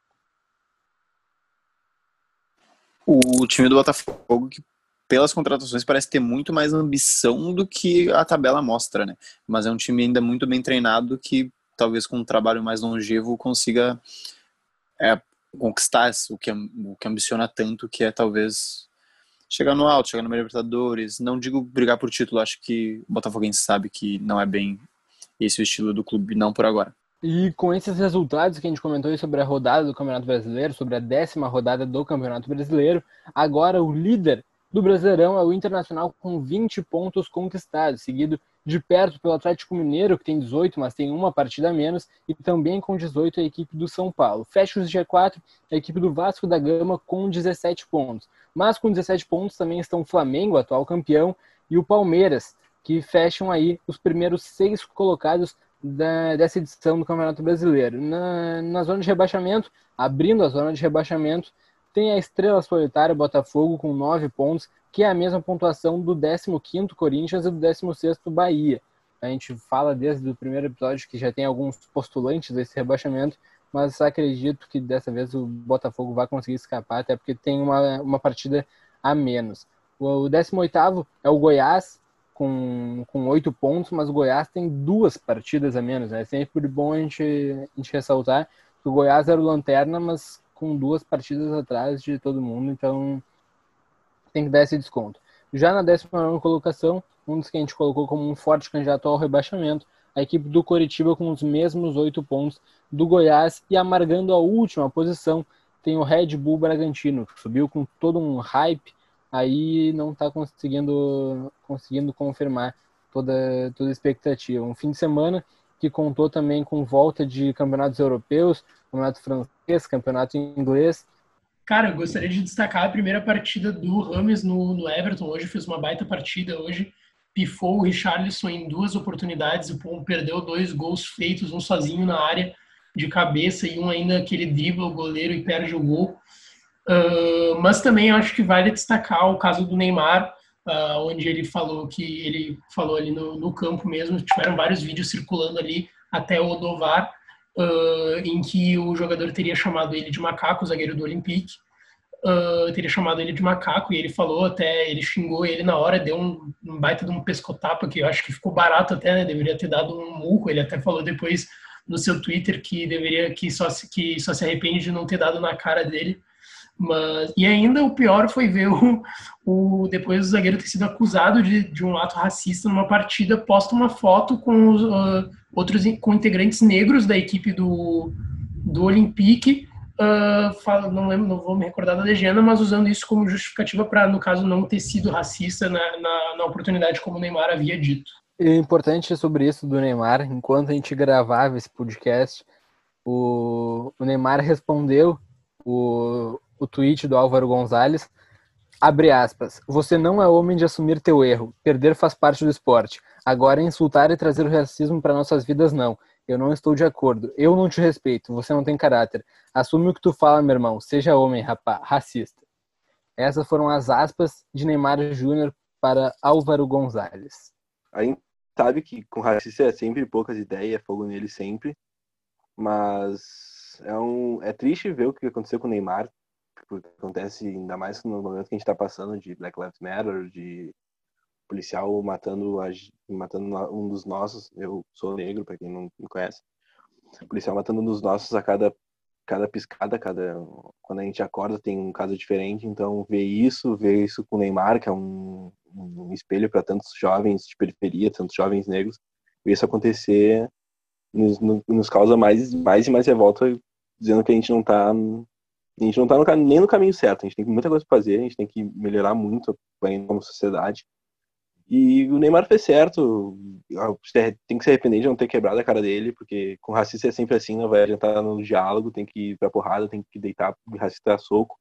O time do Botafogo, que pelas contratações parece ter muito mais ambição do que a tabela mostra, né? Mas é um time ainda muito bem treinado que talvez com um trabalho mais longevo consiga é, conquistar o que, o que ambiciona tanto, que é talvez chegar no alto, chegar no Libertadores. Não digo brigar por título, acho que o Botafoguense sabe que não é bem esse o estilo do clube, não por agora. E com esses resultados que a gente comentou aí sobre a rodada do Campeonato Brasileiro, sobre a décima rodada do Campeonato Brasileiro, agora o líder do Brasileirão é o Internacional com vinte pontos conquistados, seguido de perto pelo Atlético Mineiro, que tem dezoito, mas tem uma partida a menos, e também com dezoito a equipe do São Paulo. Fecha os G quatro, a equipe do Vasco da Gama com dezessete pontos. Mas com dezessete pontos também estão o Flamengo, atual campeão, e o Palmeiras, que fecham aí os primeiros seis colocados da, dessa edição do Campeonato Brasileiro. Na, na zona de rebaixamento, abrindo a zona de rebaixamento, tem a Estrela Solitária Botafogo com nove pontos, que é a mesma pontuação do décimo quinto Corinthians e do décimo sexto Bahia. A gente fala desde o primeiro episódio que já tem alguns postulantes desse rebaixamento, mas acredito que dessa vez o Botafogo vai conseguir escapar, até porque tem uma, uma partida a menos. O décimo oitavo é o Goiás, com, com oito pontos, mas o Goiás tem duas partidas a menos. Né? É sempre bom a gente, a gente ressaltar que o Goiás era o lanterna, mas com duas partidas atrás de todo mundo, então tem que dar esse desconto. Já na décima nona colocação, um dos que a gente colocou como um forte candidato ao rebaixamento, a equipe do Coritiba com os mesmos oito pontos do Goiás, e amargando a última posição tem o Red Bull Bragantino, que subiu com todo um hype, aí não está conseguindo, conseguindo confirmar toda, toda a expectativa. Um fim de semana que contou também com volta de campeonatos europeus, campeonato francês, campeonato inglês. Cara, eu gostaria de destacar a primeira partida do Rames no, no Everton. Hoje fez uma baita partida, hoje pifou o Richarlison em duas oportunidades, o Pom perdeu dois gols feitos, um sozinho na área de cabeça e um ainda que ele dribla o goleiro e perde o gol. Uh, mas também acho que vale destacar o caso do Neymar, uh, onde ele falou que ele falou ali no, no campo mesmo, tiveram vários vídeos circulando ali até o Odovar, uh, em que o jogador teria chamado ele de macaco, o zagueiro do Olympique, uh, teria chamado ele de macaco, e ele falou até, ele xingou ele na hora, deu um, um baita de um pescotapa, que eu acho que ficou barato até, né, deveria ter dado um murro. Ele até falou depois no seu Twitter que deveria, que só se, que só se arrepende de não ter dado na cara dele. Mas, e ainda o pior foi ver o, o depois do zagueiro ter sido acusado de, de um ato racista numa partida, posta uma foto com os uh, outros com integrantes negros da equipe do, do Olympique, uh, fala, não lembro, não vou me recordar da legenda, mas usando isso como justificativa para, no caso, não ter sido racista na, na, na oportunidade, como o Neymar havia dito. E o importante sobre isso do Neymar, enquanto a gente gravava esse podcast, o, o Neymar respondeu o, o tweet do Álvaro Gonzalez, abre aspas, você não é homem de assumir teu erro, perder faz parte do esporte, agora insultar e trazer o racismo para nossas vidas não, eu não estou de acordo, eu não te respeito, você não tem caráter, assume o que tu fala, meu irmão, seja homem, rapá, racista. Essas foram as aspas de Neymar Júnior para Álvaro Gonzalez. A gente sabe que com racista é sempre poucas ideias, é fogo nele sempre, mas é, um, é triste ver o que aconteceu com o Neymar, porque acontece ainda mais no momento que a gente está passando de Black Lives Matter, de policial matando, a, matando um dos nossos, eu sou negro, para quem não me conhece, policial matando um dos nossos a cada, cada piscada, cada, quando a gente acorda tem um caso diferente, então ver isso, ver isso com o Neymar, que é um, um espelho para tantos jovens de periferia, tantos jovens negros, ver isso acontecer nos, nos causa mais, mais e mais revolta, dizendo que a gente não está a gente não tá no, nem no caminho certo, a gente tem muita coisa para fazer, a gente tem que melhorar muito como sociedade. E o Neymar fez certo, tem que se arrepender de não ter quebrado a cara dele, porque com racista é sempre assim, não vai adiantar no diálogo, tem que ir pra porrada, tem que deitar racista a soco.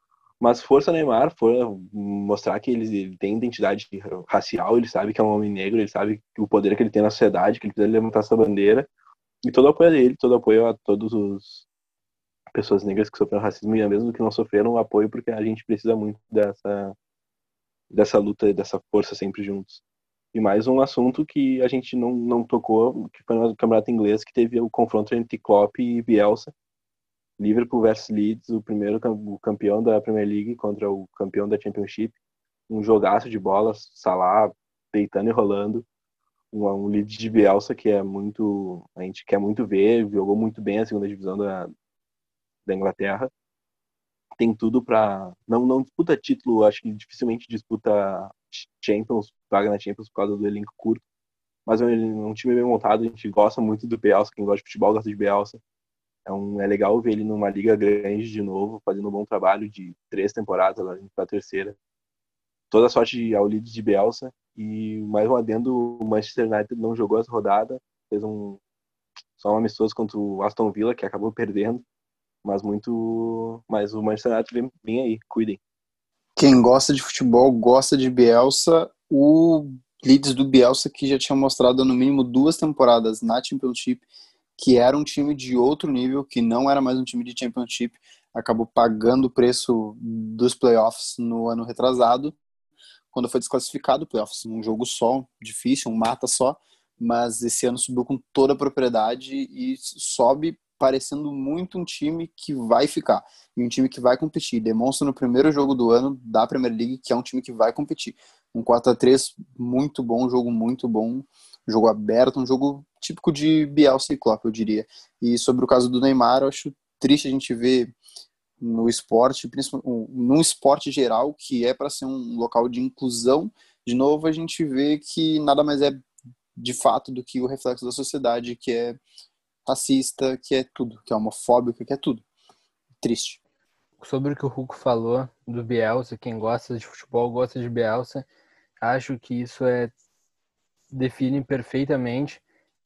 Mas força Neymar, for mostrar que ele, ele tem identidade racial, ele sabe que é um homem negro, ele sabe que o poder que ele tem na sociedade, que ele precisa levantar essa bandeira. E todo o apoio dele, todo o apoio a todos os pessoas negras que sofreram racismo e mesmo que não sofreram o apoio, porque a gente precisa muito dessa dessa luta, dessa força sempre juntos. E mais um assunto que a gente não, não tocou, que foi no campeonato inglês, que teve o confronto entre Klopp e Bielsa, Liverpool versus Leeds, o primeiro o campeão da Premier League contra o campeão da Championship, um jogaço de bola, Salah deitando e rolando, um, um Leeds de Bielsa que é muito, a gente quer muito ver, jogou muito bem a segunda divisão da, da Inglaterra, tem tudo para não não disputa título, acho que dificilmente disputa Champions, vaga na Champions por causa do elenco curto, mas é um, um time bem montado, a gente gosta muito do Bielsa, quem gosta de futebol gosta de Bielsa, é, um, é legal ver ele numa liga grande de novo, fazendo um bom trabalho de três temporadas, agora a gente tá a terceira. Toda sorte ao Leeds de Bielsa, e mais um adendo, o Manchester United não jogou essa rodada, fez um só um amistoso contra o Aston Villa, que acabou perdendo, mas muito, mas o Manchester United vem, vem aí, cuidem. Quem gosta de futebol gosta de Bielsa, o Leeds do Bielsa que já tinha mostrado no mínimo duas temporadas na Championship, que era um time de outro nível, que não era mais um time de Championship, acabou pagando o preço dos playoffs no ano retrasado, quando foi desclassificado, playoffs um jogo só, difícil, um mata só, mas esse ano subiu com toda a propriedade e sobe parecendo muito um time que vai ficar, e um time que vai competir, demonstra no primeiro jogo do ano da Premier League que é um time que vai competir, um quatro a três muito bom, um jogo muito bom, um jogo aberto, um jogo típico de Bielsa e Klopp, eu diria. E sobre o caso do Neymar, eu acho triste a gente ver no esporte, principalmente num esporte geral, que é para ser um local de inclusão, de novo a gente vê que nada mais é de fato do que o reflexo da sociedade, que é racista, que é tudo, que é homofóbico, que é tudo. Triste. Sobre o que o Hugo falou do Bielsa, quem gosta de futebol gosta de Bielsa, acho que isso é define perfeitamente,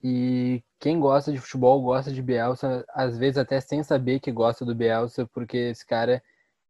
e quem gosta de futebol gosta de Bielsa, às vezes até sem saber que gosta do Bielsa, porque esse cara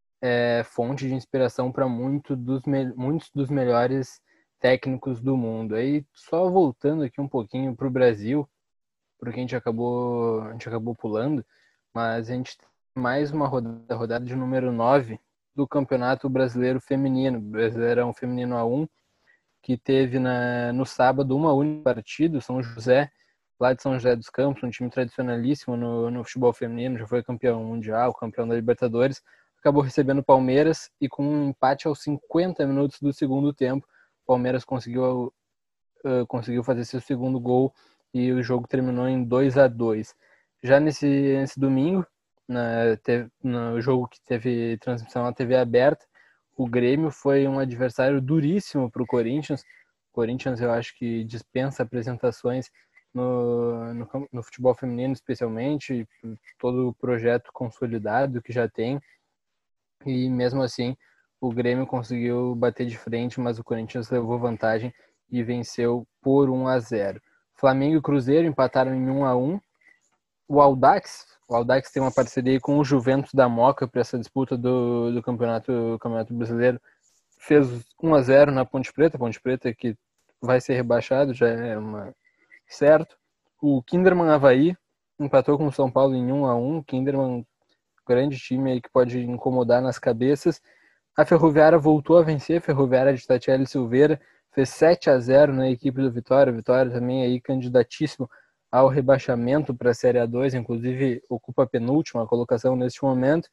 é fonte de inspiração para muito dos me- muitos dos melhores técnicos do mundo. Aí, só voltando aqui um pouquinho para o Brasil, porque a gente acabou, a gente acabou pulando, mas a gente tem mais uma rodada, rodada de número nove do Campeonato Brasileiro Feminino, Brasileirão Feminino A um, que teve na, no sábado uma única partida, São José, lá de São José dos Campos, um time tradicionalíssimo no, no futebol feminino, já foi campeão mundial, campeão da Libertadores, acabou recebendo o Palmeiras e com um empate aos cinquenta minutos do segundo tempo, o Palmeiras conseguiu, uh, conseguiu fazer seu segundo gol e o jogo terminou em dois a dois. Já nesse, nesse domingo, na, teve, no jogo que teve transmissão na T V aberta, o Grêmio foi um adversário duríssimo para o Corinthians. O Corinthians, eu acho que dispensa apresentações no, no, no futebol feminino, especialmente, todo o projeto consolidado que já tem. E mesmo assim, o Grêmio conseguiu bater de frente, mas o Corinthians levou vantagem e venceu por um a zero. Flamengo e Cruzeiro empataram em um a um. O Audax, o Audax tem uma parceria com o Juventus da Moca para essa disputa do, do campeonato, campeonato brasileiro. Fez um a zero na Ponte Preta, Ponte Preta que vai ser rebaixado, já é uma certo. O Kinderman Avaí empatou com o São Paulo em um a um. Kinderman, grande time aí que pode incomodar nas cabeças. A Ferroviária voltou a vencer, a Ferroviária de Tatiele Silveira fez sete a zero na equipe do Vitória. Vitória também aí candidatíssimo ao rebaixamento para a Série A dois, inclusive ocupa a penúltima colocação neste momento.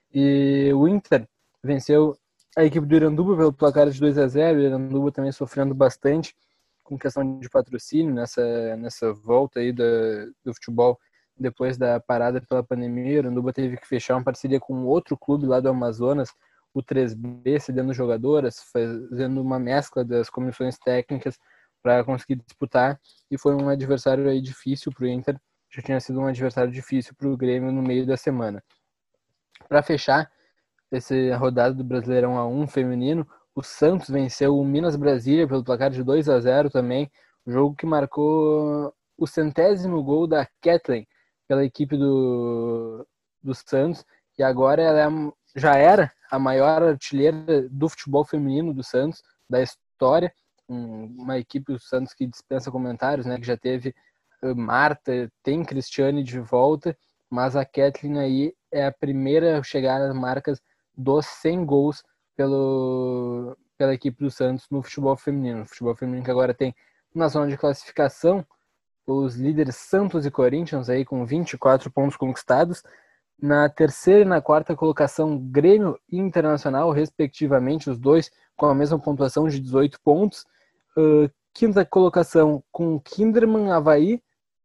E o Inter venceu a equipe do Iranduba pelo placar de dois a zero. O Iranduba também sofrendo bastante com questão de patrocínio nessa, nessa volta aí do, do futebol depois da parada pela pandemia. O Iranduba teve que fechar uma parceria com outro clube lá do Amazonas, o três B, cedendo jogadoras, fazendo uma mescla das comissões técnicas para conseguir disputar, e foi um adversário aí difícil para o Inter, já tinha sido um adversário difícil para o Grêmio no meio da semana. Para fechar essa rodada do Brasileirão A um feminino, o Santos venceu o Minas Brasília pelo placar de dois a zero também, jogo que marcou o centésimo gol da Kathleen pela equipe do, do Santos, e agora ela é, já era a maior artilheira do futebol feminino do Santos, da história. Uma equipe do Santos que dispensa comentários, né, que já teve Marta, tem Cristiane de volta, mas a Kathleen aí é a primeira a chegar às marcas dos cem gols pelo, pela equipe do Santos no futebol feminino. O futebol feminino que agora tem na zona de classificação os líderes Santos e Corinthians aí com vinte e quatro pontos conquistados. Na terceira e na quarta colocação, Grêmio e Internacional, respectivamente, os dois com a mesma pontuação de dezoito pontos. Uh, quinta colocação com Kinderman Avaí,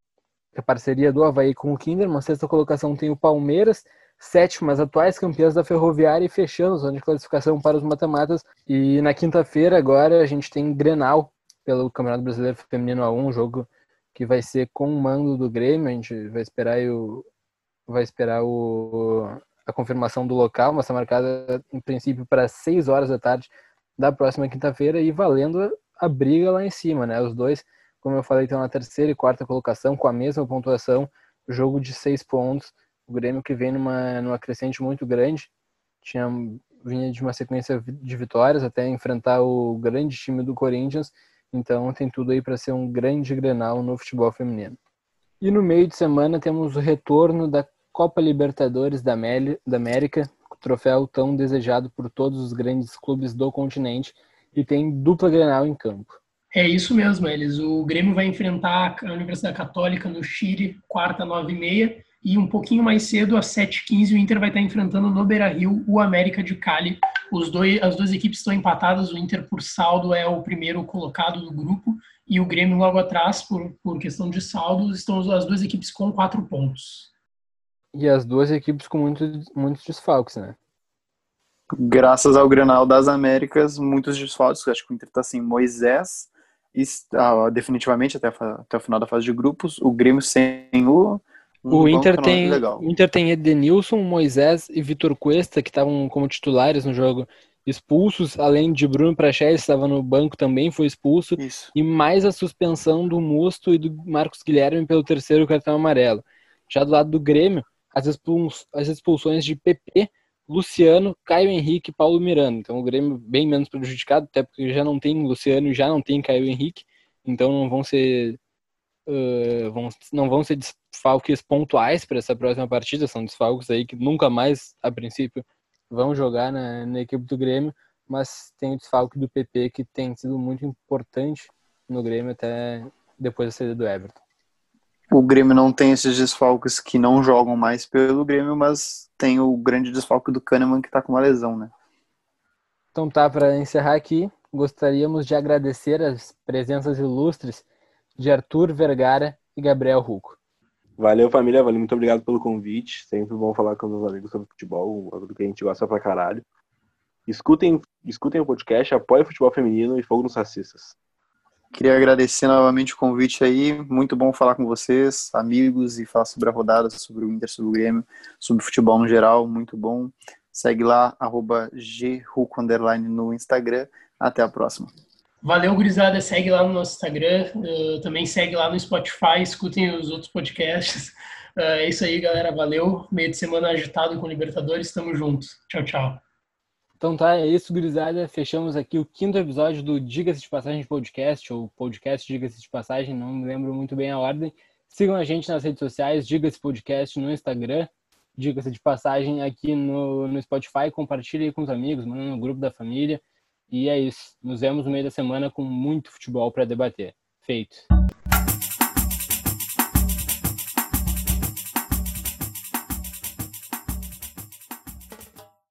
a parceria do Avaí com o Kinderman. Sexta colocação tem o Palmeiras. Sétima, as atuais campeãs da Ferroviária, e fechando a zona de classificação para os mata-matas. E na quinta-feira agora a gente tem Grenal pelo Campeonato Brasileiro Feminino A um, um jogo que vai ser com o mando do Grêmio. A gente vai esperar o vai esperar o, a confirmação do local, mas está marcada em princípio para seis horas da tarde da próxima quinta-feira, e valendo a briga lá em cima, né? Os dois, como eu falei, estão na terceira e quarta colocação com a mesma pontuação, jogo de seis pontos. O Grêmio que vem numa, numa crescente muito grande, tinha, vinha de uma sequência de vitórias até enfrentar o grande time do Corinthians, então tem tudo aí para ser um grande Grenal no futebol feminino. E no meio de semana temos o retorno da Copa Libertadores da América, o troféu tão desejado por todos os grandes clubes do continente, e tem dupla Grenal em campo. É isso mesmo, Elis. O Grêmio vai enfrentar a Universidade Católica no Chile, quarta, nove e meia, e um pouquinho mais cedo, às sete e quinze, o Inter vai estar enfrentando no Beira-Rio o América de Cali. Os dois, as duas equipes estão empatadas, o Inter por saldo é o primeiro colocado do grupo, e o Grêmio logo atrás, por, por questão de saldo, estão as duas equipes com quatro pontos. E as duas equipes com muitos, muitos desfalques, né? Graças ao Grenal das Américas, muitos desfalques. Acho que o Inter está sem Moisés, está, definitivamente até, até o final da fase de grupos. O Grêmio sem o... Um o, Inter tem, o Inter tem Edenilson, Moisés e Vitor Cuesta, que estavam como titulares no jogo, expulsos, além de Bruno Praxedes, que estava no banco, também foi expulso. Isso. E mais a suspensão do Musto e do Marcos Guilherme pelo terceiro cartão amarelo. Já do lado do Grêmio, as, expuls- as expulsões de P P, Luciano, Caio Henrique e Paulo Miranda. Então o Grêmio bem menos prejudicado, até porque já não tem Luciano e já não tem Caio Henrique, então não vão ser uh, vão, não vão ser desfalques pontuais para essa próxima partida, são desfalques aí que nunca mais, a princípio, vão jogar na, na equipe do Grêmio, mas tem o desfalque do P P, que tem sido muito importante no Grêmio até depois da saída do Everton. O Grêmio não tem esses desfalques que não jogam mais pelo Grêmio, mas tem o grande desfalque do Kahneman, que está com uma lesão, né? Então tá, para encerrar aqui, gostaríamos de agradecer as presenças ilustres de Arthur Vergara e Gabriel Rucco. Valeu, família. Valeu, muito obrigado pelo convite. Sempre bom falar com meus amigos sobre futebol, do que a gente gosta pra caralho. Escutem, escutem o podcast, apoiem o futebol feminino e fogo nos racistas. Queria agradecer novamente o convite aí. Muito bom falar com vocês, amigos, e falar sobre a rodada, sobre o Inter, sobre o Grêmio, sobre futebol no geral. Muito bom. Segue lá, arroba gruco underline no Instagram. Até a próxima. Valeu, gurizada. Segue lá no nosso Instagram. Uh, também segue lá no Spotify. Escutem os outros podcasts. Uh, é isso aí, galera. Valeu. Meio de semana agitado com Libertadores. Tamo junto. Tchau, tchau. Então tá, é isso, gurizada. Fechamos aqui o quinto episódio do Diga-se de Passagem Podcast, ou podcast Diga-se de Passagem, não me lembro muito bem a ordem. Sigam a gente nas redes sociais, Diga-se Podcast no Instagram, Diga-se de Passagem aqui no, no Spotify, compartilhe aí com os amigos, manda no grupo da família. E é isso, nos vemos no meio da semana com muito futebol para debater. Feito.